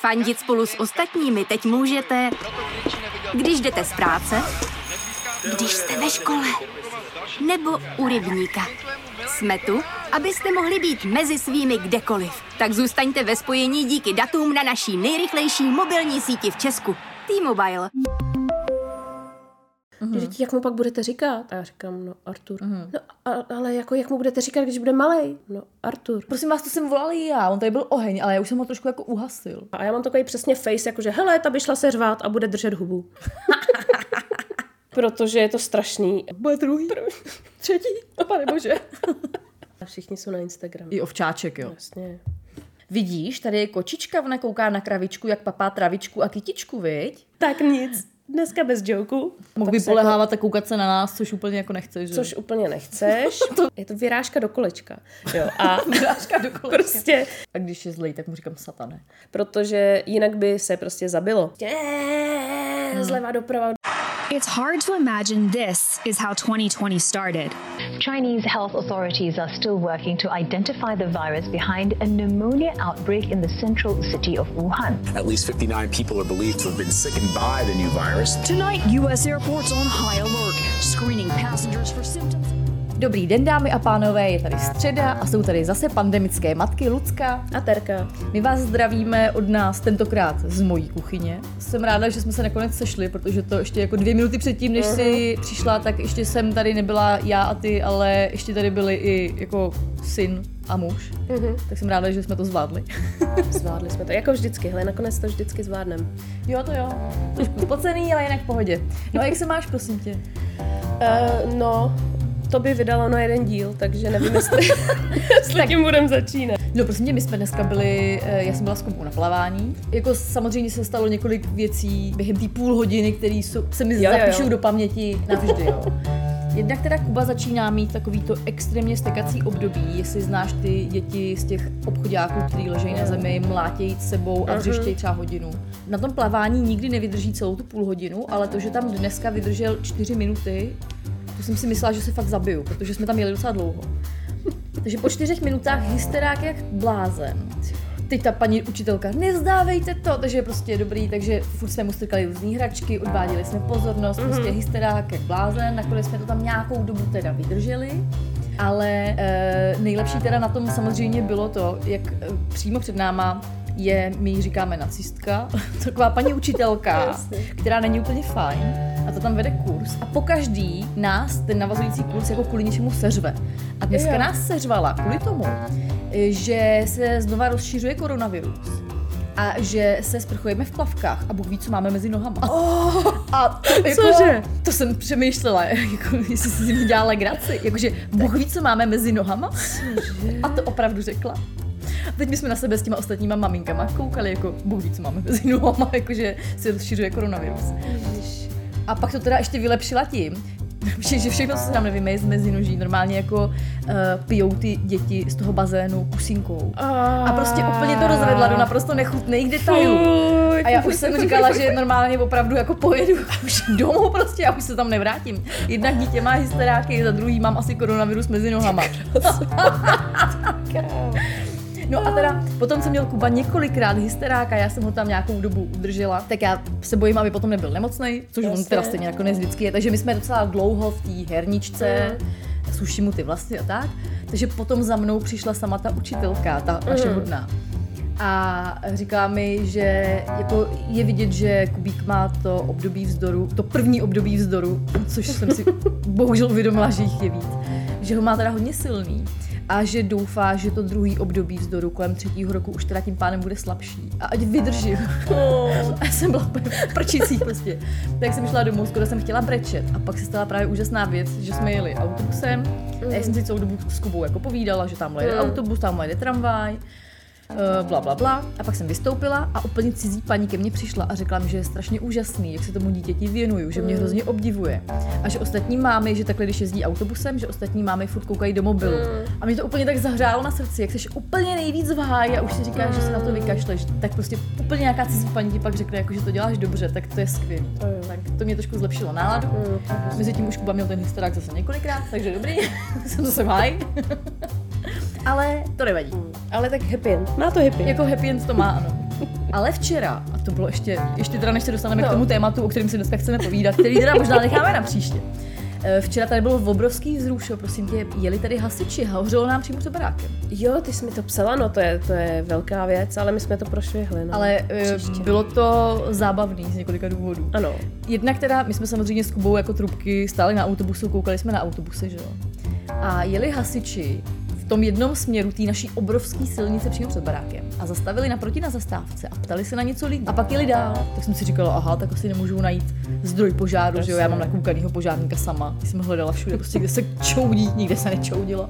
Fandit spolu s ostatními teď můžete, když jdete z práce, když jste ve škole, nebo u rybníka. Jsme tu, abyste mohli být mezi svými kdekoliv. Tak zůstaňte ve spojení díky datům na naší nejrychlejší mobilní síti v Česku. T-Mobile. Říkají, jak mu pak budete říkat? A já říkám, no Artur. No, ale jako, jak mu budete říkat, když bude malej? No Artur. Prosím vás, to jsem volal já, on tady byl oheň, ale já už jsem ho trošku jako uhasil. A já mám takový přesně face, jakože hele, ta by šla se řvát a bude držet hubu. Protože je to strašný. Bude druhý. Třetí. Pane bože. A všichni jsou na Instagramu. I ovčáček, jo. Jasně. Vidíš, tady je kočička, ona kouká na kravičku, jak papá travičku a kytičku, viď? Tak nic. Dneska bez joku. Mohl by polehávat a koukat se na nás, což úplně jako nechceš. Že? Což úplně nechceš. Je to vyrážka do kolečka. Jo, a vyrážka do kolečka. Prostě. A když je zlej, tak mu říkám satane. Protože jinak by se prostě zabilo. Zleva doprava. It's hard to imagine this is how 2020 started. Chinese health authorities are still working to identify the virus behind a pneumonia outbreak in the central city of Wuhan. At least 59 people are believed to have been sickened by the new virus. Tonight, U.S. airports on high alert, screening passengers for symptoms. Dobrý den, dámy a pánové, je tady středa a jsou tady zase pandemické matky Lucka a Terka. My vás zdravíme od nás tentokrát z mojí kuchyně. Jsem ráda, že jsme se nakonec sešli, protože to ještě jako 2 minuty předtím, než jsi přišla, tak ještě jsem tady nebyla já a ty, ale ještě tady byli i jako syn a muž. Tak jsem ráda, že jsme to zvládli. Zvládli jsme to, jako vždycky, hele, nakonec to vždycky zvládneme. Jo, to jo. Trošku spocený, ale jinak v pohodě. No a jak se máš, prosím tě? To by vydalo na jeden díl, takže nevím, jestli tím budeme začínat. No prosím tě, my jsme dneska byli, já jsem byla s Kubou na plavání. Jako samozřejmě se stalo několik věcí během té půl hodiny, které se mi zapíšou do paměti navždy, jo. Jednak teda Kuba začíná mít takovýto extrémně stekací období, jestli znáš ty děti z těch obchodáků, který ležejí na zemi, mlátějí sebou a vřeštějí třeba hodinu. Na tom plavání nikdy nevydrží celou tu půl hodinu, ale to, že tam dneska vydržel 4 minuty, to jsem si myslela, že se fakt zabiju, protože jsme tam jeli docela dlouho. Takže po 4 minutách hysterák jak blázen. Teď ta paní učitelka, nezdávejte to, takže je prostě dobrý, takže furt jsme mu strkali různý hračky, odváděli jsme pozornost, prostě hysterák jak blázen, nakonec jsme to tam nějakou dobu teda vydrželi. Ale nejlepší teda na tom samozřejmě bylo to, jak přímo před náma my jí říkáme nacistka, taková paní učitelka, která není úplně fajn a to tam vede kurz a pokaždý nás ten navazující kurz jako kvůli něčemu seřve. A dneska nás seřvala kvůli tomu, že se znova rozšiřuje koronavirus a že se sprchujeme v plavkách a Bůh ví, co máme mezi nohama. A cože? To jsem přemýšlela, jako, jestli si mi dělala legraci, jakože Bůh ví, co máme mezi nohama. Cože? A to opravdu řekla. A teď my jsme na sebe s těma ostatníma maminkama koukali, jako Bůh ví, co máme mezi nohama, jakože se rozšiřuje koronavirus. A pak to teda ještě vylepšila tím, že všechno, co se nám nevíme, je z mezinoží. Normálně jako pijou ty děti z toho bazénu pusinkou. A prostě úplně to rozvedla do naprosto nechutných detailů. A já už jsem říkala, že normálně opravdu jako pojedu už domů prostě, já už se tam nevrátím. Jednak dítě má hysteráky, za druhý mám asi koronavirus mezi nohama. No a teda potom jsem měl Kuba několikrát hysteráka, já jsem ho tam nějakou dobu udržela, tak já se bojím, aby potom nebyl nemocnej, což on teda stejně nakonec vždycky je, takže my jsme docela dlouho v té herničce, suším mu ty vlasy a tak, takže potom za mnou přišla sama ta učitelka, ta naše hodná. A říká mi, že jako je vidět, že Kubík má to období vzdoru, to první období vzdoru, což jsem si bohužel uvědomila, že jich je víc, že ho má teda hodně silný. A že doufá, že to druhý období vzdoru kolem 3. roku už teda tím pádem bude slabší. A ať vydržím. A jsem byla prčící prostě. Tak jsem šla domů, skoro jsem chtěla brečet. A pak se stala právě úžasná věc, že jsme jeli autobusem. A já jsem si celou dobu s Kubou jako povídala, že tamhle jede autobus, tamhle jede tramvaj. Bla, bla, bla. A pak jsem vystoupila a úplně cizí paní ke mně přišla a řekla mi, že je strašně úžasný, jak se tomu dítěti věnuju, že mě hrozně obdivuje. A že ostatní mámy, že takhle když jezdí autobusem, že ostatní mámy furt koukají do mobilu. A mě to úplně tak zahřálo na srdci, jak jsi úplně nejvíc v háji a už si říkáš, že se na to vykašleš. Tak prostě úplně nějaká cizí paní ti pak řekne, jako, že to děláš dobře, tak to je skvělé. Tak to mě trošku zlepšilo náladu. Mezitím už Kuba měl ten hysterák zase několikrát, takže dobrý. Jsem zase v háji. Ale to nevadí. Ale tak happy end. Má to happy end. Jako happy end to má, ano. Ale včera, a to bylo ještě teda než se dostaneme k tomu tématu, o kterém si dneska chceme povídat, který teda možná necháme na příště. Včera tady byl obrovský vzruš, prosím tě, jeli tady hasiči, hořelo nám přímo před barákem. Jo, ty jsi mi to psala, no to je velká věc, ale my jsme to prošvihli. No. Ale bylo to zábavný z několika důvodů. Ano. Jednak teda, my jsme samozřejmě s Kubou jako trubky stáli na autobusu, koukali jsme na autobusy, že jo. A jeli hasiči v tom jednom směru té naší obrovské silnice přímo před barákem a zastavili naproti na zastávce a ptali se na něco lidí. A pak jeli dál. Tak jsem si říkala, aha, tak asi nemůžu najít zdroj požáru, že jo, já mám nakoukanýho požárníka sama. Jsem hledala všude, prostě kde se čoudí, nikde se nečoudilo.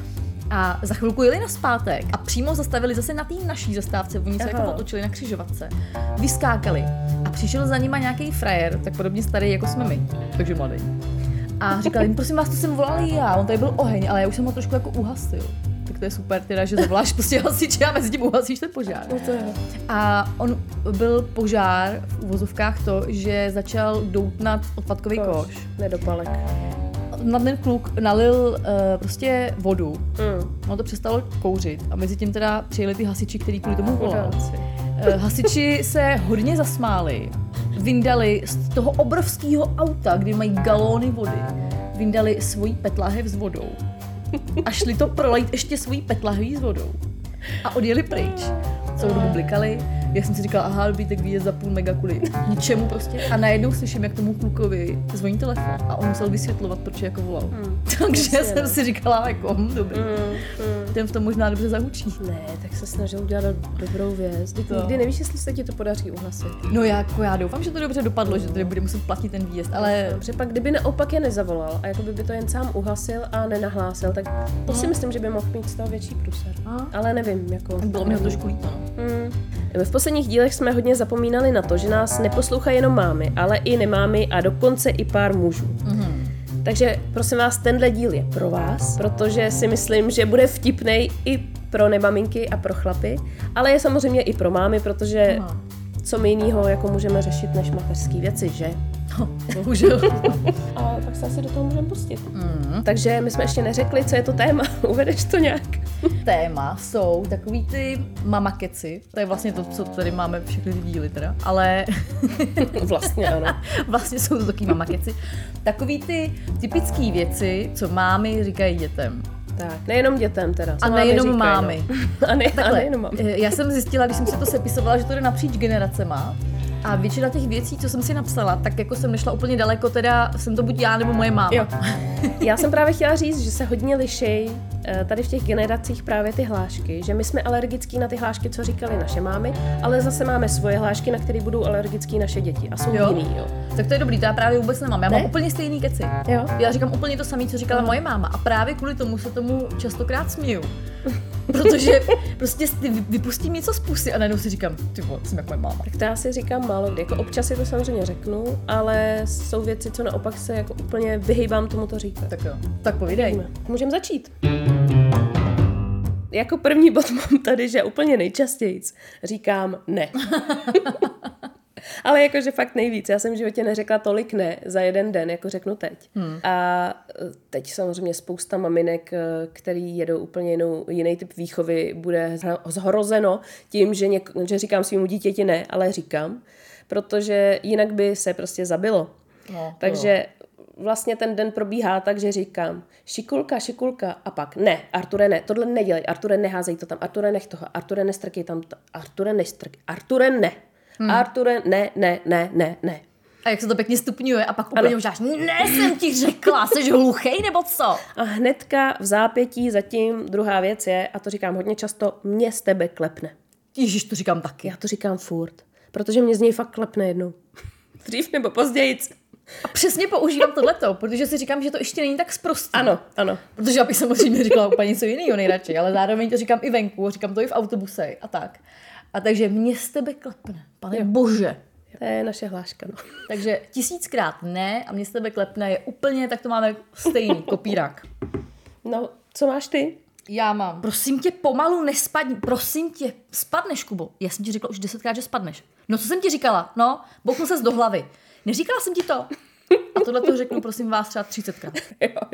A za chvilku jeli nazpátek a přímo zastavili zase na té naší zastávce, oni se jako otočili na křižovatce, vyskákali a přišel za nima nějaký frajer, tak podobně starý jako jsme my, takže mladý. A říkali jim, prosím vás, to jsem volal já, on tady byl oheň, ale já už jsem ho trošku jako uhasil. Tak to je super teda, že zavoláš prostě hasiče a mezi tím uhasíš ten požár. No to je. A on byl požár v uvozovkách to, že začal doutnat odpadkový koš. Nedopalek. Na ten kluk nalil prostě vodu, no to přestalo kouřit a mezi tím teda přijeli ty hasiči, který kvůli tomu volal. Hasiči se hodně zasmáli, vyndali z toho obrovského auta, kde mají galóny vody, vyndali svojí petlahev s vodou a šli to prolejt ještě svojí petlaheví s vodou a odjeli pryč. Celou dobu blikali, já jsem si říkala, aha, dobrý, tak výjezd za půl mega kvůli ničemu prostě. A najednou slyším, jak tomu klukovi zvoní telefon a on musel vysvětlovat, proč jako volal. Takže jsem si říkala, jako, dobrý. Ten v tom možná dobře zahučí. Ne, tak se snažil udělat dobrou věc. Nikdy nevíš, jestli se ti to podaří uhasit. No já doufám, že to dobře dopadlo, že tady bude muset platit ten výjezd, ale... Dobře, pak kdyby naopak je nezavolal a jako by to jen sám uhasil a nenahlásil, tak to si myslím, že by mohl mít z toho větší průser. Ale nevím, jako... Bylo mi ho trošku líto. V posledních dílech jsme hodně zapomínali na to, že nás neposlouchají jenom mámy, ale i nemámy a dokonce i pár mužů. Takže prosím vás, tenhle díl je pro vás, protože si myslím, že bude vtipnej i pro nemaminky a pro chlapy, ale je samozřejmě i pro mámy, protože co my jinýho jako můžeme řešit než mateřský věci, že? Bohužel. A pak se asi do toho můžeme pustit. Takže my jsme ještě neřekli, co je to téma. Uvedeš to nějak? Téma jsou takový ty mamakeci, to je vlastně to, co tady máme všechny ty díly teda, ale... Vlastně ano. Vlastně jsou to takový mamakeci. Takový ty typický věci, co mámy říkají dětem. Tak, nejenom dětem teda. A nejenom mámy. A nejenom mámy. Já jsem zjistila, když jsem si to sepisovala, že to jde napříč generacema. A většina těch věcí, co jsem si napsala, tak jako jsem nešla úplně daleko, teda jsem to buď já nebo moje máma. Jo. Já jsem právě chtěla říct, že se hodně liší tady v těch generacích právě ty hlášky, že my jsme alergický na ty hlášky, co říkali naše mámy, ale zase máme svoje hlášky, na které budou alergický naše děti a jsou jiný, jo. Tak to je dobrý, to já právě vůbec nemám. Já mám úplně stejný keci. Jo. Já říkám úplně to samé, co říkala moje máma a právě kvůli tomu se tomu častokrát směju. Protože prostě vypustím něco z pusy a najednou si říkám, ty vole, jsem jako moje máma. Tak to já si říkám málo kdy, jako občas si to samozřejmě řeknu, ale jsou věci, co naopak se jako úplně vyhýbám tomu to říkat. Tak jo, tak povídej. Můžeme začít. Jako první bod mám tady, že úplně nejčastěji říkám ne. Ale jakože fakt nejvíc. Já jsem v životě neřekla tolik ne za jeden den, jako řeknu teď. A teď samozřejmě spousta maminek, který jedou úplně jiný typ výchovy, bude zhrozeno tím, že říkám svýmu dítěti ne, ale říkám, protože jinak by se prostě zabilo. No, takže vlastně ten den probíhá tak, že říkám šikulka a pak ne, Arture ne, tohle nedělej, Arture neházej to tam, Arture nech toho, Arture nestrkej tam, Arture nestrkej, Arture ne. Arture, ne. A jak se to pěkně stupňuje a pak úplně užáš, ne, jsem ti řekla, jsi hluchej nebo co? A hnedka v zápětí zatím druhá věc je, a to říkám hodně často, mě z tebe klepne. Ježiš, to říkám taky. Já to říkám furt, protože mě z něj fakt klepne jednou. Dřív nebo později. A přesně používám tohleto, protože si říkám, že to ještě není tak sprostý. Ano. Protože já bych samozřejmě říkala úplně něco jiného nejradši, ale zároveň to říkám i venku, říkám to i v autobuse a tak. A takže mě z tebe klepne, pane bože. To je naše hláška, no. Takže 1000krát ne a mě z tebe klepne je úplně, tak to máme stejný, kopírák. No, co máš ty? Já mám. Prosím tě, pomalu nespadni. Prosím tě, spadneš, Kubo. Já jsem ti řekla už 10krát, že spadneš. No, co jsem ti říkala? No, bouchnu ses do hlavy. Neříkala jsem ti to? A tohle to řeknu, prosím vás, třeba 30krát. Jo.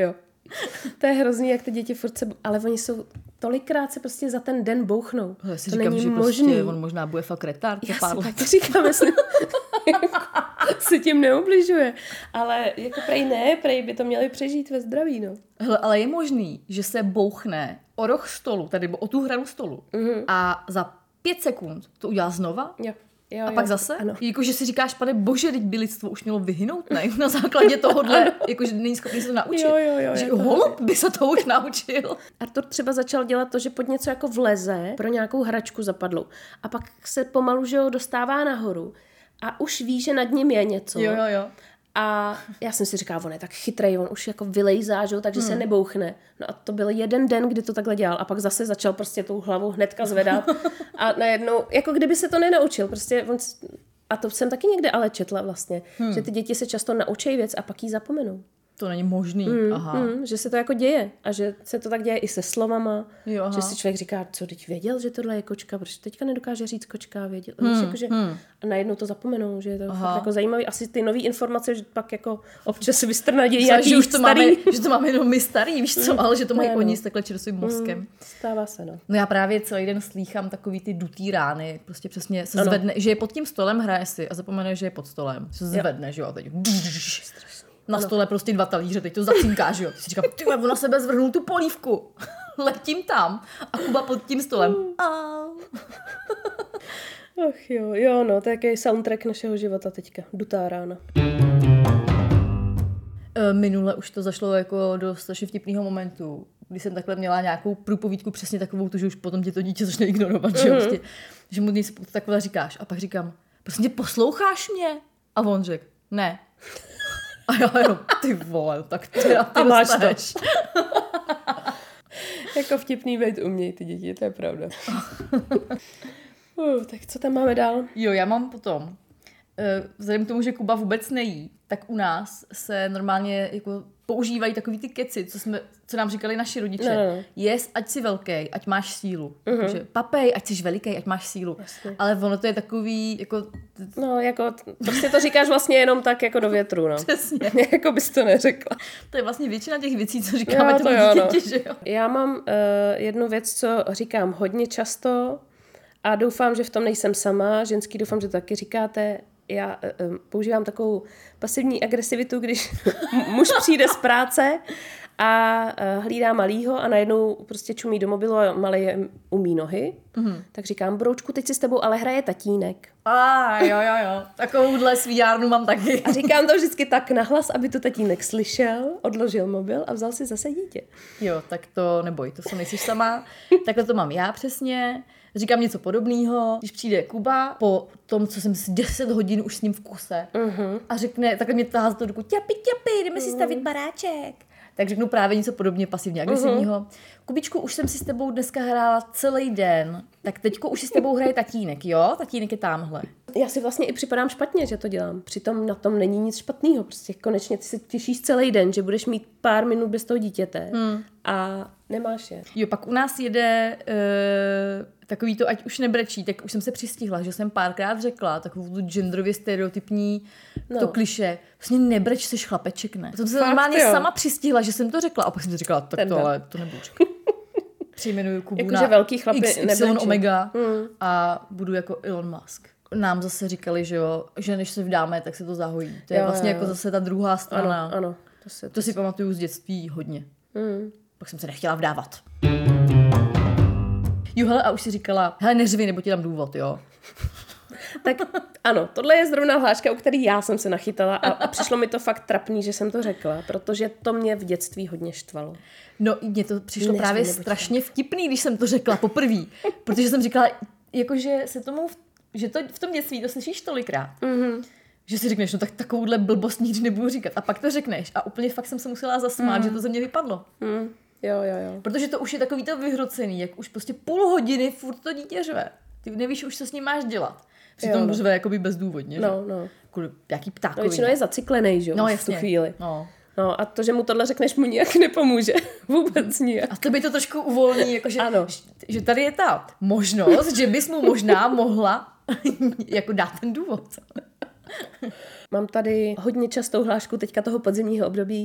To je hrozný, jak ty děti furt se... Ale oni jsou... Tolikrát se prostě za ten den bouchnou. Já si to říkám, není že možný. prostě on možná bude fakt retard. Já si taky říkám, jestli se tím neubližuje. Ale jako prej by to měli přežít ve zdraví, no. Hele, ale je možný, že se bouchne o roh stolu, tady o tu hranu stolu a za 5 sekund to udělá znova? Jo. A pak zase? Ano. Jakože si říkáš, pane bože, teď by lidstvo už mělo vyhynout, ne? Na základě tohohle, jakože není schopný se to naučit. Jo, že jako holub by se to už naučil. Artur třeba začal dělat to, že pod něco jako vleze pro nějakou hračku zapadlou. A pak se pomalu, že ho dostává nahoru. A už ví, že nad ním je něco. Jo. A já jsem si říkala, on je tak chytrej, on už jako vylejzá, že? Takže se nebouchne. No a to byl jeden den, kdy to takhle dělal. A pak zase začal prostě tou hlavu hnedka zvedat. A najednou, jako kdyby se to nenaučil. Prostě a to jsem taky někde ale četla vlastně, že ty děti se často naučí věc a pak ji zapomenou. To není možný. Aha. Že se to jako děje. A že se to tak děje i se slovama. Jo, aha. Že si člověk říká, co teď věděl, že tohle je kočka, protože teďka nedokáže říct kočka, věděl. Víš, a najednou to zapomenou, že je to fakt jako zajímavý. Asi ty nové informace, že pak jako občas vystrnadějí nějaký starý. Že to máme jenom my starý, víš co, ale že to mají oni s takhle čerstvým mozkem. Stává se, no. No já právě celý den slýchám takový ty dutý rány, prostě přesně se zvedne, že je pod tím stolem, hraje si a zapomene, že je pod stolem. Se zvedne, že jo, a teď na stole prostě 2 talíře, teď to zacínká, že jo. Ty si říkám, ty on na sebe zvrhnul tu polívku. Letím tam a Kuba pod tím stolem. Ach jo, no, to je jaký soundtrack našeho života teďka. Dutá rána. Minule už to zašlo jako do strašně vtipného momentu, kdy jsem takhle měla nějakou průpovídku přesně takovou, že už potom tě to dítě začne ignorovat, že jo, prostě, že mu něco takhle říkáš a pak říkám, prosím tě, posloucháš mě? A on řekl, ne. A já jenom, ty vole, tak teda ty dostaneš. Jako vtipný být uměj ty děti, to je pravda. Tak co tam máme dál? Jo, já mám potom. Vzhledem k tomu, že Kuba vůbec nejí, tak u nás se normálně jako používají takový ty keci, co nám říkali naši rodiče. No. Jes, ať jsi velkej, ať máš sílu. Takže papej, ať jsi velikej, ať máš sílu. Jasně. Ale ono to je takový, jako... No, jako, prostě to říkáš vlastně jenom tak jako do větru, no. Přesně. Jako bys to neřekla. To je vlastně většina těch věcí, co říkáme tomu dítěti, že jo? Já mám jednu věc, co říkám hodně často a doufám, že v tom nejsem sama. Ženský doufám, že to taky říkáte. Já používám takovou pasivní agresivitu, když muž přijde z práce a hlídá malýho a najednou prostě čumí do mobilu a malý umí nohy. Tak říkám, broučku, teď si s tebou ale hraje tatínek. Jo. Takovouhle svíjárnu mám taky. A říkám to vždycky tak nahlas, aby to tatínek slyšel, odložil mobil a vzal si zase dítě. Jo, tak to neboj, to nejsi sama. Takhle to mám já přesně. Říkám něco podobného, když přijde Kuba, po tom, co jsem 10 hodin už s ním v kuse a řekne, takhle mě tahá za to ruku, ťapi, jdeme si stavit baráček. Tak řeknu právě něco podobně pasivně agresivního. Kubičku, už jsem si s tebou dneska hrála celý den, tak teďko už si s tebou hraje tatínek, jo? Tatínek je támhle. Já si vlastně i připadám špatně, že to dělám. Přitom na tom není nic špatného. Prostě konečně ty se těšíš celý den, že budeš mít pár minut bez toho dítěte a nemáš je. Jo, pak u nás jede takový to, ať už nebrečí, tak už jsem se přistihla, že jsem párkrát řekla takovou tu genderově stereotypní to kliše. Vlastně nebreč, jsi chlapeček, ne? To jsem se normálně sama přistihla, že jsem to řekla a pak jsem si říkala, tak to ale to nebudu říkat. Přejmenuju Kubu jako, na že velký chlapy XY Omega a budu jako Elon Musk. Nám zase říkali, že jo, že než se vdáme, tak se to zahojí. To je vlastně jako zase ta druhá strana. Ano. To si pamatuju z dětství hodně. Pak jsem se nechtěla vdávat. Jo, hele, a už si říkala, hele, neřvi, nebo ti dám důvod, jo. Tak ano, tohle je zrovna hláška, u který já jsem se nachytala a přišlo mi to fakt trapný, že jsem to řekla, protože to mě v dětství hodně štvalo. No, mně to přišlo právě strašně vtipný, když jsem to řekla poprvé, protože jsem říkala, jakože se tomu, že to v tom dětství to slyšíš tolikrát, že si řekneš, no tak takovouhle blbost nikdy nebudu říkat a pak to řekneš a úplně fakt jsem se musela zasmát, že to ze mě vypadlo. Jo. Protože to už je takový to vyhrocený, jak už prostě půl hodiny furt to dítě řve. Ty nevíš už, co s ním máš dělat. Přitom řve jakoby bezdůvodně. No. Kvůli jaký ptákovi. No, většinou je zacyklený, že jo, v tu chvíli. No a to, že mu tohle řekneš, mu nijak nepomůže. Vůbec nijak. A to by to trošku uvolní, jakože, že tady je ta možnost, že bys mu možná mohla jako dát ten důvod. Mám tady hodně častou hlášku teďka toho podzimního období.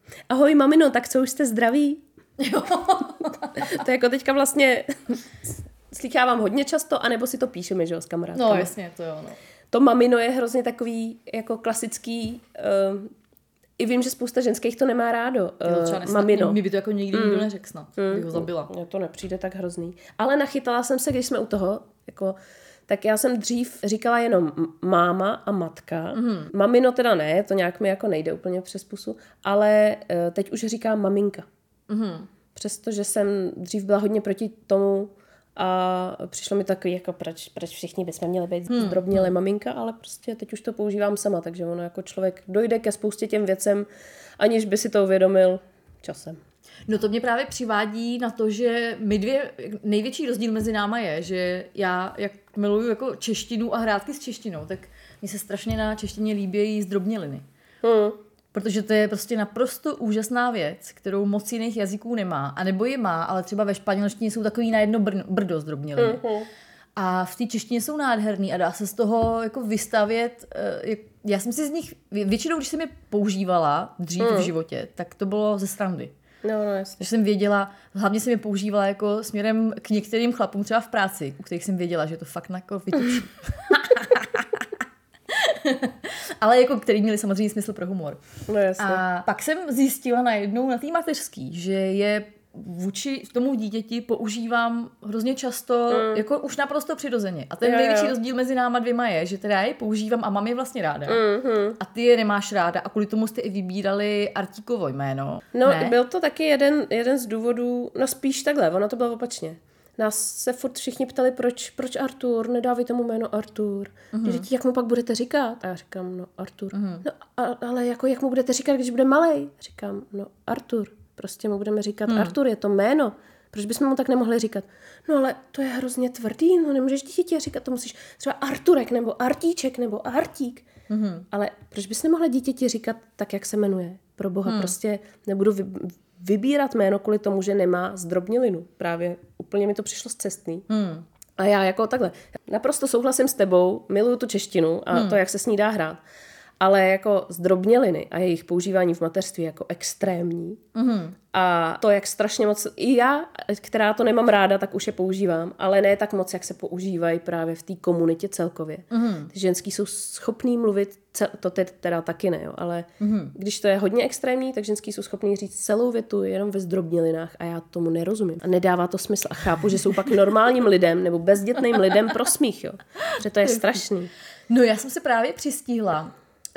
Ahoj mamino, tak co, už jste zdraví? To je jako teďka vlastně slychávám hodně často, anebo si to píšeme, že jo, s kamarádkami. No jasně, to jo, no. To mamino je hrozně takový jako klasický, i vím, že spousta ženských to nemá rádo. Mamino. Mi by to jako nikdy nikdo neřekl snad, bych ho zabila. Mně to nepřijde tak hrozný. Ale nachytala jsem se, když jsme u toho, jako, tak já jsem dřív říkala jenom máma a matka. Mamino teda ne, to nějak mi jako nejde úplně přes pusu, ale teď už říkám maminka. Přestože jsem dřív byla hodně proti tomu a přišlo mi takový, jako proč všichni bychom měli být zdrobnělé maminka, ale prostě teď už to používám sama, takže ono jako člověk dojde ke spoustě těm věcem, aniž by si to uvědomil časem. No to mě právě přivádí na to, že my dvě, největší rozdíl mezi náma je, že já, jak miluju jako češtinu a hrátky s češtinou, tak mi se strašně na češtině líbí zdrobněliny. Protože to je prostě naprosto úžasná věc, kterou moc jiných jazyků nemá. A nebo je má, ale třeba ve španělštině jsou takový na jedno brdo zdrobněliny. A v té češtině jsou nádherný a dá se z toho jako vystavět. Já jsem si z nich, většinou, když jsem je používala dřív v životě, tak to bylo ze srandy. No, jasně. Takže jsem věděla, hlavně jsem je používala jako směrem k některým chlapům třeba v práci, u kterých jsem věděla, že to fakt jako vytočí. Ale jako který měli samozřejmě smysl pro humor. No jasně. A pak jsem zjistila najednou na té mateřský, že je vůči tomu dítěti používám hrozně často, jako už naprosto přirozeně. A ten největší rozdíl mezi náma dvěma je, že teda já je používám a mám je vlastně ráda. A ty je nemáš ráda a kvůli tomu jste i vybírali Artíkovo jméno. No, ne? Byl to taky jeden z důvodů, no spíš takhle, ono to bylo opačně. Nás se furt všichni ptali, proč Artur, nedávej tomu jméno Artur. Děti, jak mu pak budete říkat? A já říkám, no Artur. No, ale jako jak mu budete říkat, když bude malej? Říkám, no Artur. Prostě mu budeme říkat Artur, je to jméno. Proč bychom mu tak nemohli říkat? No ale to je hrozně tvrdý, no nemůžeš dítě říkat, to musíš třeba Arturek, nebo Artíček, nebo Artík. Ale proč bys nemohla dítěti říkat tak, jak se jmenuje? Pro boha, prostě nebudu vybírat jméno kvůli tomu, že nemá zdrobnělinu. Právě úplně mi to přišlo zcestný. A já jako takhle, naprosto souhlasím s tebou, miluju tu češtinu a to, jak se s ní dá hrát. Ale jako zdrobněliny a jejich používání v mateřství jako extrémní. A to, jak strašně moc, i já, která to nemám ráda, tak už je používám, ale ne tak moc, jak se používají právě v té komunitě celkově. Ty ženský jsou schopný mluvit, to teda taky ne, jo, ale když to je hodně extrémní, tak ženský jsou schopný říct celou větu jenom ve zdrobnělinách a já tomu nerozumím. A nedává to smysl. A chápu, že jsou pak normálním lidem nebo bezdětným lidem pro smích, jo. Že to je strašný. No já jsem se právě přistihla,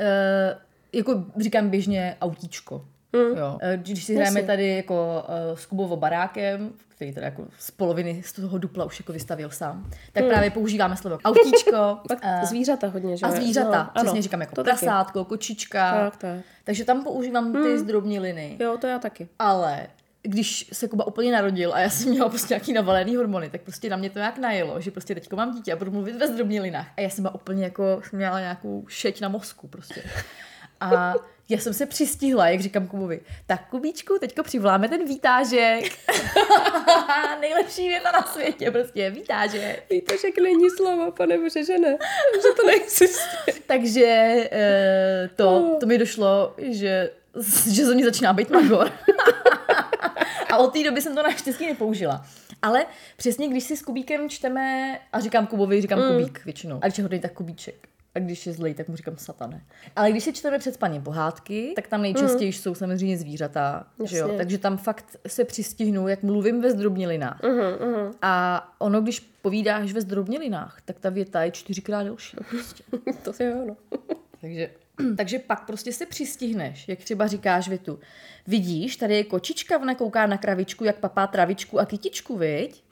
jako říkám běžně autíčko. Jo. Když si hrajeme tady jako s Kubovo barákem, který teda jako z poloviny z toho dupla už jako vystavil sám, tak právě používáme slovo autíčko. Zvířata hodně, že? A zvířata, no, přesně říkám jako prasátko, kočička. Tak. Takže tam používám ty zdrobněliny. Jo, to já taky. Ale když se Kuba úplně narodil a já jsem měla prostě nějaký navalený hormony, tak prostě na mě to nějak najelo, že prostě teďko mám dítě a budu mluvit ve zdrobnělinách. A já jsem úplně jako měla nějakou šeť na mozku prostě. A já jsem se přistihla, jak říkám Kubovi, tak Kubíčku, teďko přivláme ten výtážek. Nejlepší věta na světě, prostě výtážek. Výtážek není slovo, pane bože, že ne. Že to neexistuje. Takže to mi došlo, že ze mě začíná být magor. A od té doby jsem to naštěstí nepoužila. Ale přesně, když si s Kubíkem čteme, a říkám Kubovi, říkám Kubík většinou. A když je hodný, tak Kubíček. A když je zlej, tak mu říkám satane. Ale když si čteme před spaním pohádky, tak tam nejčastěji jsou samozřejmě zvířata. Že jo? Takže tam fakt se přistihnu, jak mluvím ve zdrobnělinách. A ono, když povídáš ve zdrobnělinách, tak ta věta je 4krát delší. Prostě. To je ono. Takže pak prostě se přistihneš, jak třeba říkáš větu. Vidíš, tady je kočička, ona kouká na kravičku, jak papá travičku a kytičku, viď?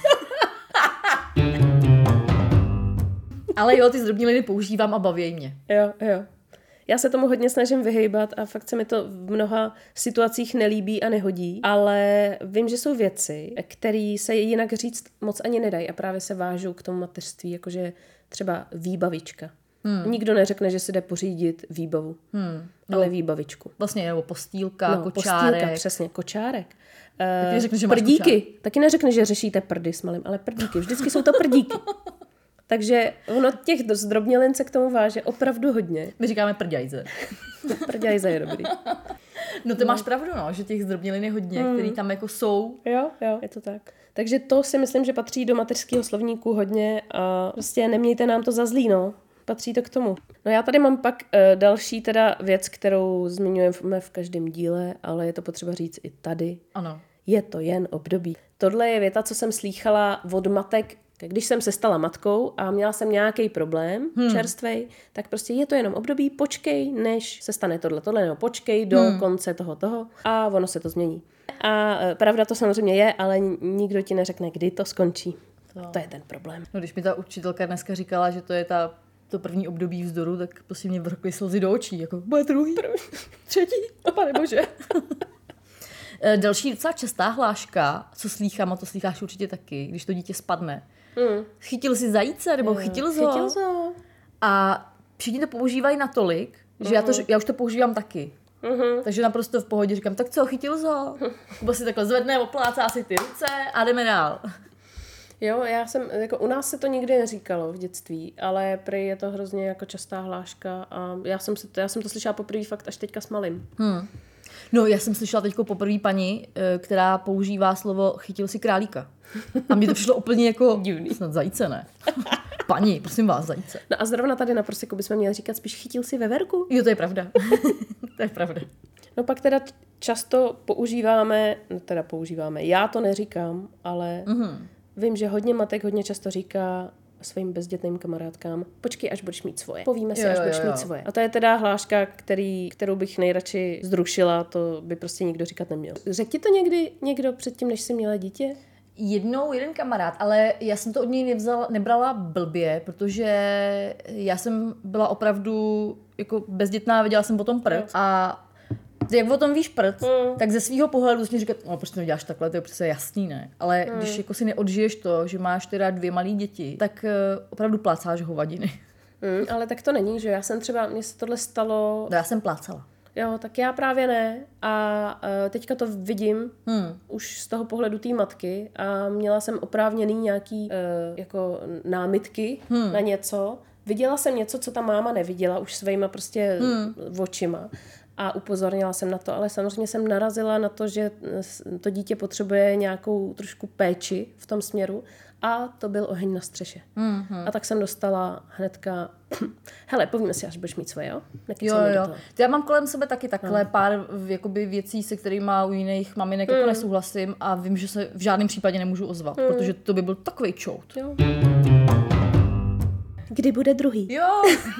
Ale jo, ty zdrobněliny používám a baví mě. Jo. Já se tomu hodně snažím vyhejbat a fakt se mi to v mnoha situacích nelíbí a nehodí, ale vím, že jsou věci, které se jinak říct moc ani nedají a právě se vážou k tomu mateřství, jakože třeba výbavička. Nikdo neřekne, že si jde pořídit výbavu, ale výbavičku. Vlastně, nebo postýlka, kočárek. Postýlka, přesně, kočárek. Taky neřekne, že máš prdíky. kočárek. Taky neřekne, že řešíte prdy s malým, ale prdíky. Vždycky jsou to prdíky. Takže ono těch zdrobnělin se k tomu váže opravdu hodně. My říkáme prďajze. Prďajze je dobrý. No ty máš pravdu, no, že těch zdrobnělin je hodně, který tam jako jsou. Jo, je to tak. Takže to si myslím, že patří do mateřského slovníku hodně a prostě nemějte nám to za zlý, no. Patří to k tomu. No já tady mám pak další teda věc, kterou zmiňujeme v každém díle, ale je to potřeba říct i tady. Ano. Je to jen období. Tohle je věta, co jsem slýchala od matek, když jsem se stala matkou a měla jsem nějaký problém čerstvej, tak prostě je to jenom období, počkej, než se stane tohle, nebo počkej do konce toho a ono se to změní. A pravda to samozřejmě je, ale nikdo ti neřekne, kdy to skončí. To je ten problém. No když mi ta učitelka dneska říkala, že to je to první období vzdoru, tak prostě mě vrkly slzy do očí, jako bude druhý, třetí, pane bože. Další docela častá hláška, co slýchám, a to slýcháš určitě taky, když to dítě spadne. Chytil si zajíce, nebo chytil zo. A všichni to používají natolik, že já už to používám taky. Takže naprosto v pohodě říkám, tak co, chytil zo? Kuba si takhle zvedne, oplácá si ty ruce a jdeme dál. Jo, jako u nás se to nikdy neříkalo v dětství, ale prý je to hrozně jako častá hláška a já jsem to slyšela poprvé fakt až teďka s malým. No, já jsem slyšela teďko poprvé paní, která používá slovo chytil si králíka. A mně to přišlo úplně jako divný. Snad zajíce, ne? Paní, prosím vás, zajíce. No a zrovna tady na Proseku bychom měli říkat spíš chytil si veverku. Jo, to je pravda. To je pravda. No pak teda často používáme, já to neříkám, ale vím, že hodně matek hodně často říká svým bezdětným kamarádkám, počkej, až budeš mít svoje. Povíme si, až budeš mít svoje. A to je teda hláška, kterou bych nejradši zrušila, to by prostě nikdo říkat neměl. Řekl ti to někdy někdo předtím, než jsi měla dítě? Jednou jeden kamarád, ale já jsem to od něj nebrala blbě, protože já jsem byla opravdu jako bezdětná, viděla jsem potom prd a jak o tom víš prd, tak ze svého pohledu začneš říkat, no proč to neděláš takhle, to je přece jasný, ne? Ale když jako si neodžiješ to, že máš teda 2 malé děti, tak opravdu plácáš hovadiny. Ale tak to není, že mně se tohle stalo... No, já jsem plácala. Jo, tak já právě ne a teďka to vidím už z toho pohledu té matky a měla jsem oprávněný nějaký jako námitky na něco. Viděla jsem něco, co ta máma neviděla už svýma prostě očima a upozornila jsem na to, ale samozřejmě jsem narazila na to, že to dítě potřebuje nějakou trošku péči v tom směru a to byl oheň na střeše. A tak jsem dostala hnedka, hele, povíme si, až budeš mít svoje, jo? Jo. Já mám kolem sebe taky takhle pár jakoby věcí, se kterými u jiných maminek jako nesouhlasím a vím, že se v žádném případě nemůžu ozvat, protože to by byl takovej čout. Jo. Kdy bude druhý? Jo,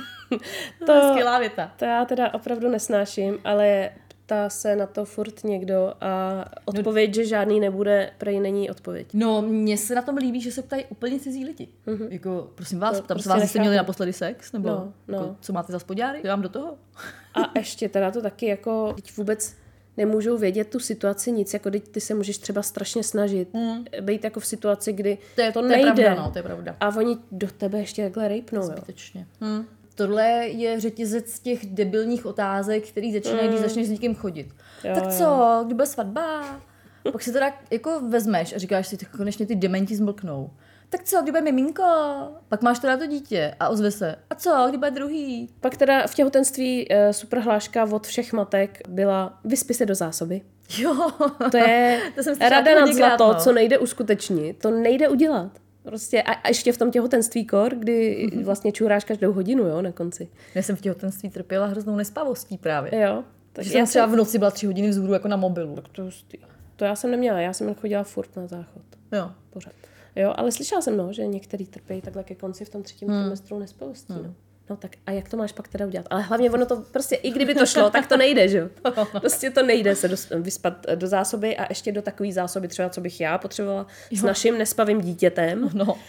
to je skvělá věta. To já teda opravdu nesnáším, ale ptá se na to furt někdo a odpověď, že žádný nebude, prej není odpověď. No, mně se na tom líbí, že se ptají úplně cizí lidi. Jako, prosím vás, ptám se vás, jestli jste měli naposledy sex, nebo jako, co máte za spodňáry? Dám do toho. A ještě teda to taky jako, teď vůbec nemůžou vědět tu situaci nic, jako teď ty se můžeš třeba strašně snažit být jako v situaci, kdy to nejde. Pravda, no, to je pravda. A oni do tebe ještě takhle rejpnou. Zbytečně. Tohle je řetězec těch debilních otázek, který začínají, když začneš s někým chodit. Tak co, kdy bude svatba? Pak si teda jako vezmeš a říkáš si, konečně ty dementi zmlknou. Tak co, kdy bude miminko? Pak máš teda to dítě a ozve se. A co, kdy bude druhý? Pak teda v těhotenství super hláška od všech matek byla vyspí se do zásoby. Jo. To je rada nad zlato, co nejde uskutečnit. To nejde udělat. Prostě a ještě v tom těhotenství kdy vlastně čuráš každou hodinu, jo, na konci. Já jsem v těhotenství trpěla hroznou nespavostí právě. Jo. Takže já jsem třeba v noci byla 3 hodiny vzhůru jako na mobilu. Tak to já jsem neměla, já jsem chodila furt na záchod. Jo. Pořád. Jo, ale slyšela jsem, že některý trpějí takhle ke konci v tom 3. trimestru nespavostí, No tak a jak to máš pak teda udělat? Ale hlavně ono to prostě, i kdyby to šlo, tak to nejde, že jo? Prostě to nejde se vyspat do zásoby a ještě do takové zásoby třeba, co bych já potřebovala s naším nespavým dítětem,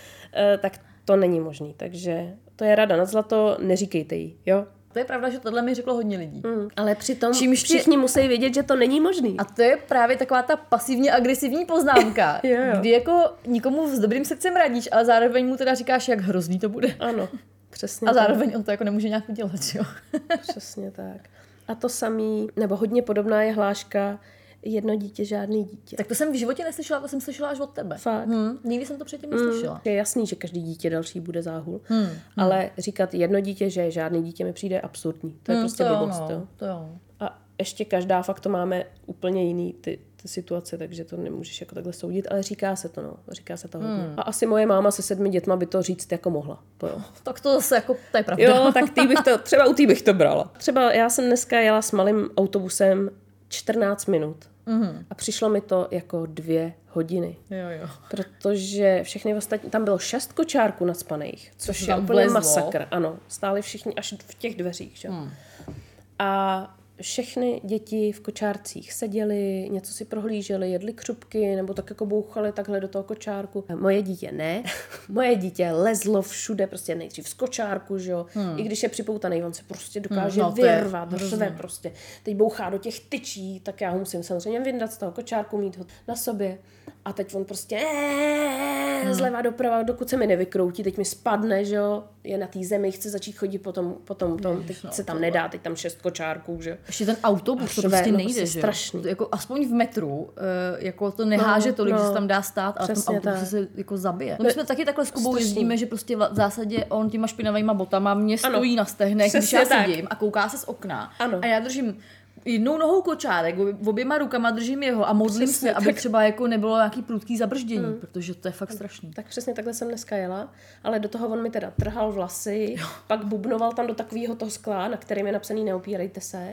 tak to není možný. Takže to je rada nad zlato, neříkejte jí, jo? To je pravda, že tohle mi řeklo hodně lidí. Ale přitom všichni musí vědět, že to není možný. A to je právě taková ta pasivně agresivní poznámka, kdy jako nikomu s dobrým srdcem radíš, ale zároveň mu teda říkáš, jak hrozný to bude. Ano. Přesně a zároveň on to jako nemůže nějak udělat, jo? Přesně tak. A to samý, nebo hodně podobná je hláška jedno dítě, žádný dítě. Tak to jsem v životě neslyšela, to jsem slyšela až od tebe. Fakt. Nikdy jsem to předtím neslyšela. Je jasný, že každý dítě další bude záhul, ale říkat jedno dítě, že žádný dítě mi přijde absurdní. To je prostě blbost. To jo. A ještě každá fakt to máme úplně jiný ty situace, takže to nemůžeš jako takhle soudit, ale říká se to, no. Říká se to hodně. A asi moje máma se 7 dětma by to říct jako mohla. To jo. Tak to zase jako, to je pravda. Jo, tak třeba u tý bych to brala. Třeba já jsem dneska jela s malým autobusem 14 minut. A přišlo mi to jako 2 hodiny. Jo. Protože všechny ostatní, tam bylo 6 kočárků nacpaných, což je úplně masakr. Ano, stáli všichni až v těch dveřích. Že? A všechny děti v kočárcích seděly, něco si prohlíželi, jedli křupky, nebo tak jako bouchali takhle do toho kočárku. Moje dítě ne. Moje dítě lezlo všude, prostě nejdřív z kočárku, že jo. I když je připoutaný, on se prostě dokáže vyrvat, řve prostě. Teď bouchá do těch tyčí, tak já ho musím samozřejmě vyndat z toho kočárku, mít ho na sobě. A teď on prostě zleva doprava, dokud se mi nevykroutí, teď mi spadne, že jo, je na té zemi, chce začít chodit potom teď se tam nedá, teď tam 6 kočárků, že jo. Ještě ten autobus, to prostě nejde, že strašný. Jako aspoň v metru, jako to neháže tolik, že se tam dá stát, ale v tom autobuse se jako zabije. No my jsme taky takhle s Kubou jezdíme, že prostě v zásadě on těma špinavýma botama mě stojí na stehnech, když já sedím a kouká se z okna. A já držím jednou nohou kočárek, oběma rukama držím jeho a modlím se, aby třeba jako nebylo nějaký prudký zabrždění, protože to je fakt strašný. Tak přesně takhle jsem dneska jela, ale do toho on mi teda trhal vlasy, pak bubnoval tam do takového toho skla, na kterém je napsaný neopírejte se.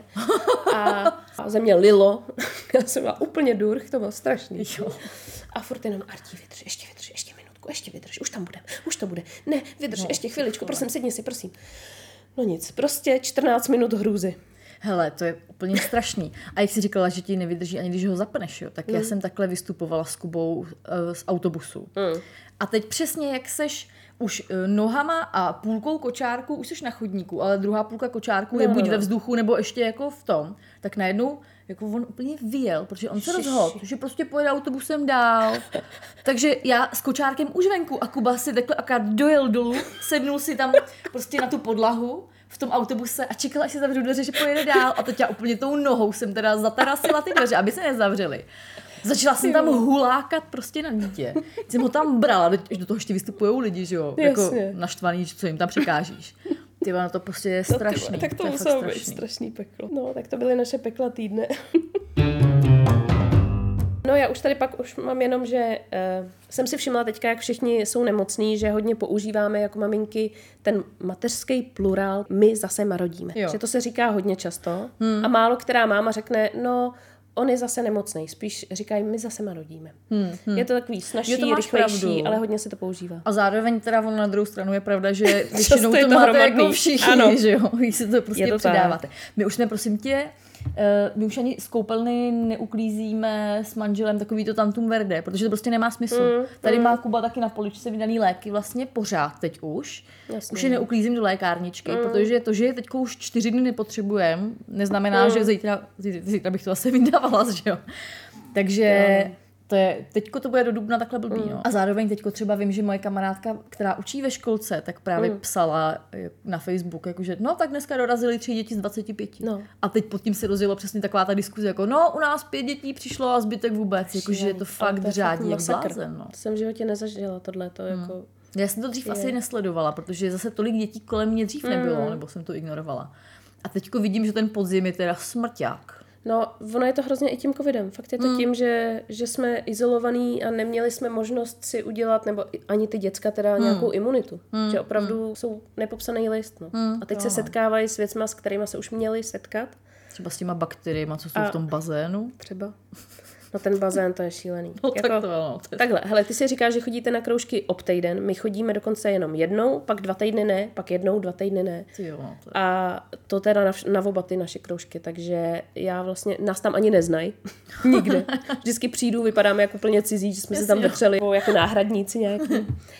A ze mě lilo. Já jsem byla úplně durch, to bylo strašný. A furt jenom Artí, vydrž, ještě minutku, ještě vydrž, už to bude. Ne, vydrž, ještě chviličku, prosím, sedni si, prosím. No nic, prostě 14 minut hrůzy. Hele, to je úplně strašný. A jak jsi říkala, že ti nevydrží, ani když ho zapneš, jo, tak já jsem takhle vystupovala s Kubou z autobusu. A teď přesně jak seš už nohama a půlkou kočárku, už seš na chodníku, ale druhá půlka kočárku je buď ve vzduchu, nebo ještě jako v tom, tak najednou jako on úplně vyjel, protože on se rozhodl, že prostě pojede autobusem dál. Takže já s kočárkem už venku a Kuba si takhle akorát dojel dolů, sednul si tam prostě na tu podlahu v tom autobuse a čekala, až se zavřu dveře, že pojede dál. A teď já úplně tou nohou jsem teda zatarasila ty dveře, aby se nezavřely. Začala jsem tam hulákat prostě na dítě. Jsem ho tam brala, do toho ještě vystupujou lidi, že jo? Jako naštvaný, co jim tam překážíš. Tyba, no to prostě je strašný. Tak to muselo být strašný peklo. No, tak to byly naše pekla týdne. No já už tady pak už mám jenom, že jsem si všimla teďka, jak všichni jsou nemocní, že hodně používáme jako maminky ten mateřský plurál my zase marodíme. Jo. Že to se říká hodně často a málo která máma řekne, no on je zase nemocnej, spíš říkají my zase marodíme. Je to takový snažší, rychlejší, ale hodně se to používá. A zároveň teda on na druhou stranu je pravda, že většinou to máte jako všichni, ano. Že jo, vy si to prostě přidáváte. My už jsme, prosím tě, my už ani z koupelny neuklízíme s manželem takový to tantum verde, protože to prostě nemá smysl. Tady má Kuba taky na poličce vydaný léky vlastně pořád teď už. Jasně. Už je neuklízím do lékárničky, protože to, že je teď už 4 dny nepotřebujem, neznamená, že zítra bych to asi vydávala, že jo. Takže teďko to bude do dubna takhle blbý. No. A zároveň teďko třeba vím, že moje kamarádka, která učí ve školce, tak právě psala na Facebook, jakože no tak dneska dorazili 3 děti z 25. No. A teď pod tím se rozjela přesně taková ta diskuze, jako no u nás 5 dětí přišlo a zbytek vůbec, jakože je to fakt řádí jak blázen. No. To jsem v životě nezažila tohleto, jako... Já jsem to dřív asi nesledovala, protože zase tolik dětí kolem mě dřív nebylo, nebo jsem to ignorovala. A teďko vidím, že ten podzim je teda smrťák. No, ono je to hrozně i tím covidem. Fakt je to tím, že jsme izolovaní a neměli jsme možnost si udělat, nebo ani ty děcka teda nějakou imunitu. Že opravdu jsou nepopsaný list. No. A teď se setkávají s věcma, s kterými se už měli setkat. Třeba s těma bakteriemi, co jsou v tom bazénu. Třeba. No ten bazén, to je šílený. No, jako, tak to, no, takhle, hele, ty si říkáš, že chodíte na kroužky týden, my chodíme dokonce jenom jednou, pak 2 týdny ne, pak jednou, 2 týdny ne. Jo, a to teda na oba ty naše kroužky, takže já vlastně, nás tam ani neznají, nikde. Vždycky přijdu, vypadáme jako úplně cizí, že jsme se tam vetřeli, jako náhradníci nějaký.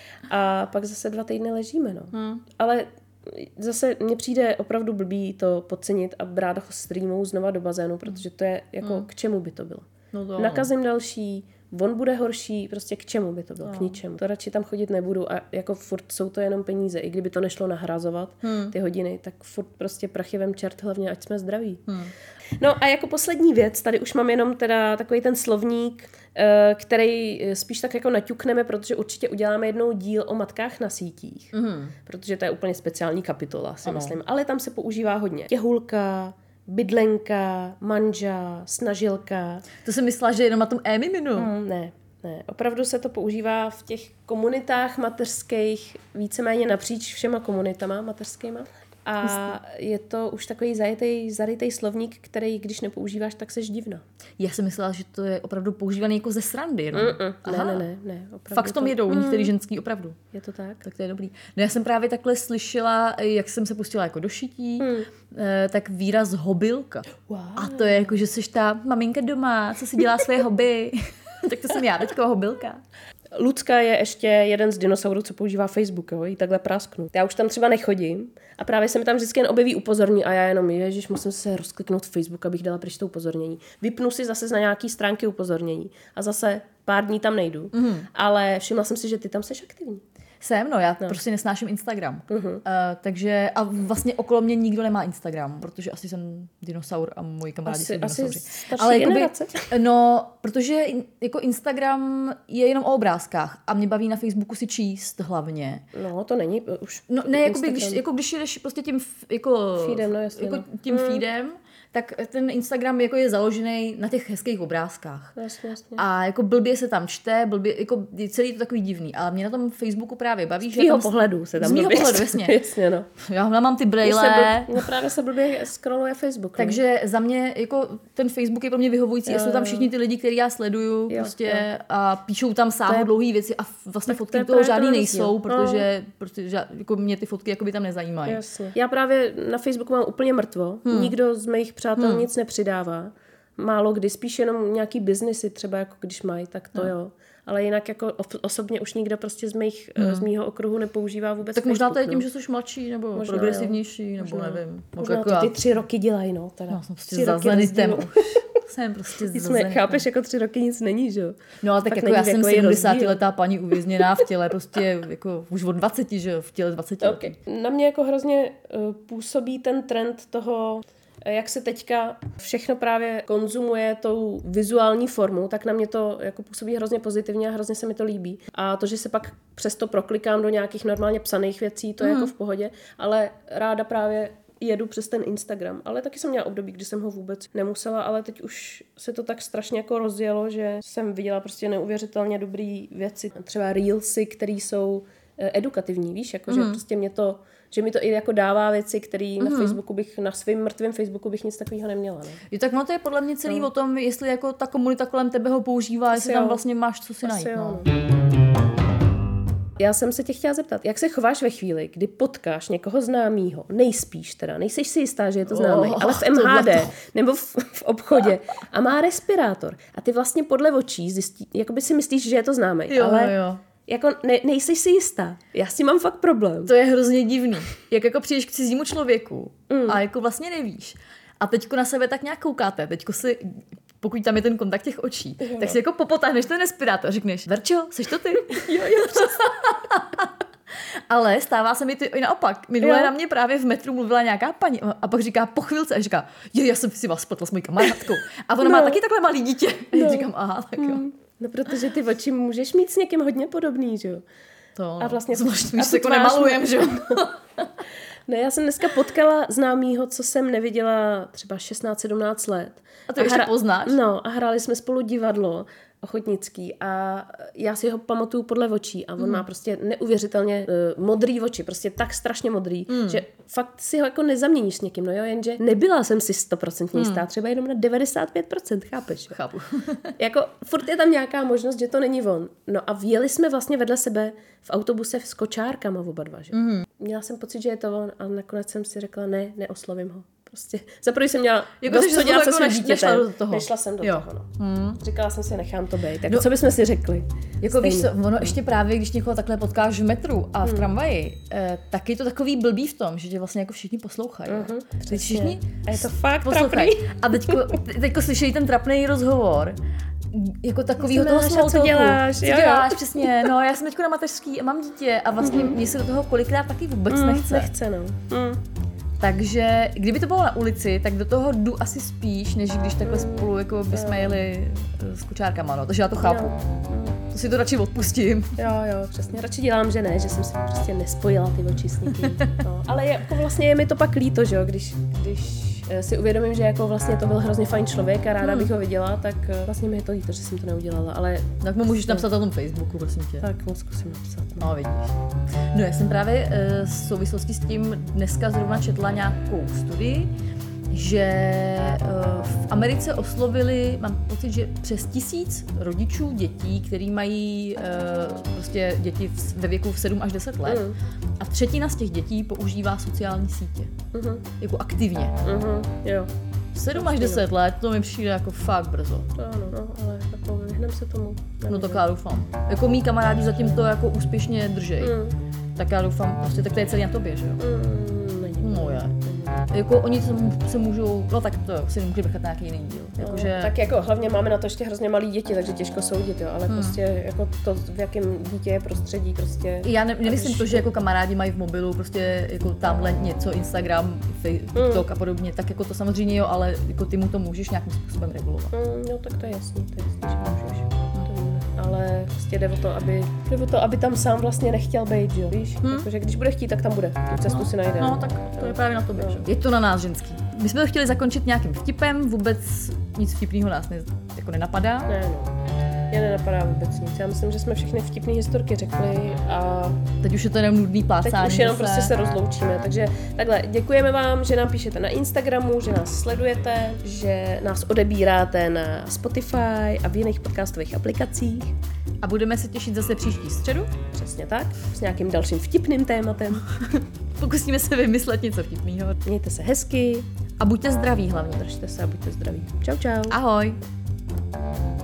A pak zase 2 týdny ležíme, no. Ale zase mně přijde opravdu blbý to podcenit a brát ho streamou znova do bazénu, protože to je jako k čemu by to bylo. No nakazím další, on bude horší, prostě k čemu by to bylo, k ničemu. To radši tam chodit nebudu a jako furt jsou to jenom peníze. I kdyby to nešlo nahrazovat ty hodiny, tak furt prostě prachy vem čert, hlavně ať jsme zdraví. No a jako poslední věc, tady už mám jenom teda takový ten slovník, který spíš tak jako naťukneme, protože určitě uděláme jednou díl o matkách na sítích, protože to je úplně speciální kapitola, si myslím. Ale tam se používá hodně těhulka, bydlenka, manža, snažilka. To jsem myslela, že jenom na tom e-miminu. Ne. Opravdu se to používá v těch komunitách mateřských víceméně napříč všema komunitama mateřskýma. A je to už takový zarytej slovník, který když nepoužíváš, tak seš divná. Já jsem myslela, že to je opravdu používaný jako ze srandy. No? Ne. Fakt v tom jedou některý ženský opravdu. Je to tak? Tak to je dobrý. No já jsem právě takhle slyšela, jak jsem se pustila jako do šití, tak výraz hobylka. Wow. A to je jako, že jsi ta maminka doma, co si dělá své hobby. Tak to jsem já teďko hobylka. Lucka je ještě jeden z dinosaurů, co používá Facebook, jo? Jí takhle prasknu. Já už tam třeba nechodím a právě se mi tam vždycky jen objeví upozornění a já jenom, ježiš, musím se rozkliknout Facebook, abych dala pryč to upozornění. Vypnu si zase na nějaký stránky upozornění a zase pár dní tam nejdu. Ale všimla jsem si, že ty tam seš aktivní. Jsem, já prostě nesnáším Instagram. Takže a vlastně okolo mě nikdo nemá Instagram, protože asi jsem dinosaur a moji kamarádi jsou dinosauři. Ale generace. No, protože jako Instagram je jenom o obrázkách a mě baví na Facebooku si číst hlavně. No, to není už. No, ne, když jedeš prostě tím feedem, no jasně. Tím feedem, tak ten Instagram jako je založený na těch hezkých obrázkách. Jasně. A jako blbě se tam čte, jako celý to takový divný. Ale mě na tom Facebooku právě baví, že z mýho pohledu se tam z mýho pohledu, jasně. No. Já mám ty brejle. Právě se blbě scrolluje Facebook. Takže za mě jako ten Facebook je pro mě vyhovující a jsou tam všichni ty lidi, který já sleduju prostě a píšou tam sáhodlouhý věci a vlastně fotky toho žádný nejsou, protože jako mě ty fotky jakoby tam nezajímají. Jasně. Já právě na Facebooku mám úplně mrtvo. Nikdo z mých přátel nic nepřidává. Málo kdy, spíš jenom nějaký biznesy, třeba jako když mají, tak to jo. Ale jinak jako osobně už nikdo prostě z mýho okruhu nepoužívá vůbec tak Facebook. Možná to je tím, že jsi mladší, nebo možná, progresivnější, nebo nevím. Možná to ty 3 roky dělají, no. Teda. No, jsem prostě za zenitem. Jsem prostě za zenitem. Chápeš, jako 3 roky nic není, že jo? No ale tak jako já jsem 70letá paní uvězněná v těle, prostě jako už od 20, že jo, v těle 20 let. Okay. Na mě jako hrozně působí ten trend toho, jak se teďka všechno právě konzumuje tou vizuální formou, tak na mě to jako působí hrozně pozitivně a hrozně se mi to líbí. A to, že se pak přesto proklikám do nějakých normálně psaných věcí, to je jako v pohodě, ale ráda právě jedu přes ten Instagram. Ale taky jsem měla období, kdy jsem ho vůbec nemusela, ale teď už se to tak strašně jako rozjelo, že jsem viděla prostě neuvěřitelně dobrý věci. Třeba reelsy, které jsou edukativní, víš, jako že prostě že mi to i jako dává věci, které na Facebooku na svém mrtvém Facebooku bych nic takového neměla. Ne? Jo, tak to je podle mě celý o tom, jestli jako ta komunita kolem tebe ho používá, jestli tam vlastně máš co si najít. Já jsem se tě chtěla zeptat, jak se chováš ve chvíli, kdy potkáš někoho známýho, nejspíš teda, nejseš si jistá, že je to známý, ale v MHD nebo v obchodě a má respirátor a ty vlastně podle očí jakoby si myslíš, že je to známý, ale jako nejseš si jistá. Já s tím mám fakt problém. To je hrozně divný. Jak jako přijdeš k cizímu člověku a jako vlastně nevíš. A teďko na sebe tak nějak koukáte. Teďko si, pokud tam je ten kontakt těch očí, tak si jako popotáhneš ten respirátor a řekneš, Verčo, seš to ty? jo, přesně. Ale stává se mi to i naopak. Minule na mě právě v metru mluvila nějaká paní a pak říká po chvilce a říká, já jsem si vás spletla s mojí kamarádkou. A ona má taky takhle malý dítě. A já říkám, aha, tak jo. No, protože ty oči můžeš mít s někým hodně podobný, že jo? To, a vlastně zvláštní, že se jako nemalujem, že jo? Ne, já jsem dneska potkala známýho, co jsem neviděla třeba 16-17 let. A to ještě poznáš? No, a hráli jsme spolu divadlo ochotnický a já si ho pamatuju podle očí a on má prostě neuvěřitelně modrý oči, prostě tak strašně modrý, že fakt si ho jako nezaměníš s někým, no jo, jenže nebyla jsem si 100% jistá, třeba jenom na 95%, chápeš? Chápu. Jako furt je tam nějaká možnost, že to není on. No a vjeli jsme vlastně vedle sebe v autobuse s kočárkama oba dva, že? Měla jsem pocit, že je to on a nakonec jsem si řekla, neoslovím ho. Prostě. Zaprvé jsem měla dost co dělat se svým dítětem. Nešla jsem do toho. No. Říkala jsem si, nechám to být. Tak co bychom si řekli? Jako víš co, ono ještě právě, když někoho takhle potkáš v metru a v tramvaji, tak je to takový blbý v tom, že tě vlastně jako všichni poslouchají. Všichni a je to fakt trapný. A teďko slyšejí ten trapný rozhovor, jako takovýho toho small talku. Co děláš? Co děláš, přesně. No, já jsem teďko na mateřský a mám dítě a vlastně mě se do toho kolikrát taky vůbec nechce. No. Takže kdyby to bylo na ulici, tak do toho jdu asi spíš, než když takhle spolu jako bychom jeli s kočárkama, no. Takže já to chápu. To si to radši odpustím. Jo, přesně. Radši dělám, že ne, že jsem si prostě nespojila ty oči s někým. No. Ale jako vlastně je mi to pak líto, že jo, když si uvědomím, že jako vlastně to byl hrozně fajn člověk a ráda bych ho viděla, tak vlastně mi je to líto, že jsem to neudělala, ale... Tak mu můžeš napsat na tom Facebooku, prosím tě. Tak mu zkusím napsat. No, vidíš. No, já jsem právě v souvislosti s tím dneska zrovna četla nějakou studii, že v Americe oslovili, mám pocit, že přes 1000 rodičů dětí, který mají prostě děti ve věku 7 až 10 let a 1/3 z těch dětí používá sociální sítě. Jako aktivně. Jo. 7 až 10 let, to mi přijde jako fakt brzo. To ano, no, ale jako vyhneme se tomu. No tak já doufám. Jako mý kamarádi zatím to jako úspěšně držej. Tak já doufám, prostě tak to je celý na tobě, že jo? No je. Jako oni se můžou, no tak to si nemůžu vrchat na nějaký jiný díl. Jako, že... Tak jako hlavně máme na to ještě hrozně malý děti, takže těžko soudit, jo, ale prostě jako to, v jakém dítě je prostředí, prostě... Já nemyslím to, že jako kamarádi mají v mobilu prostě jako tamhle něco, Instagram, TikTok a podobně, tak jako to samozřejmě jo, ale jako ty mu to můžeš nějakým způsobem regulovat. No tak to je jasný, že můžeš. Ale prostě jde o to, aby tam sám vlastně nechtěl být, jo, víš? Jakože když bude chtít, tak tam bude. Tu cestu si najde. No, tak to je právě na tobě, že? Je to na nás ženský. My jsme to chtěli zakončit nějakým vtipem, vůbec nic vtipného nás jako nenapadá. Ne, no. Mě nenapadá vůbec nic. Já myslím, že jsme všechny vtipné historky řekli a... Teď už je to jenom nudný plácání. Teď už jenom prostě se rozloučíme. Takže takhle, děkujeme vám, že nám píšete na Instagramu, že nás sledujete, že nás odebíráte na Spotify a v jiných podcastových aplikacích. A budeme se těšit zase příští středu. Přesně tak, s nějakým dalším vtipným tématem. Pokusíme se vymyslet něco vtipného. Mějte se hezky. A buďte zdraví hlavně. Držte se a buďte zdraví. Čau, čau. Ahoj.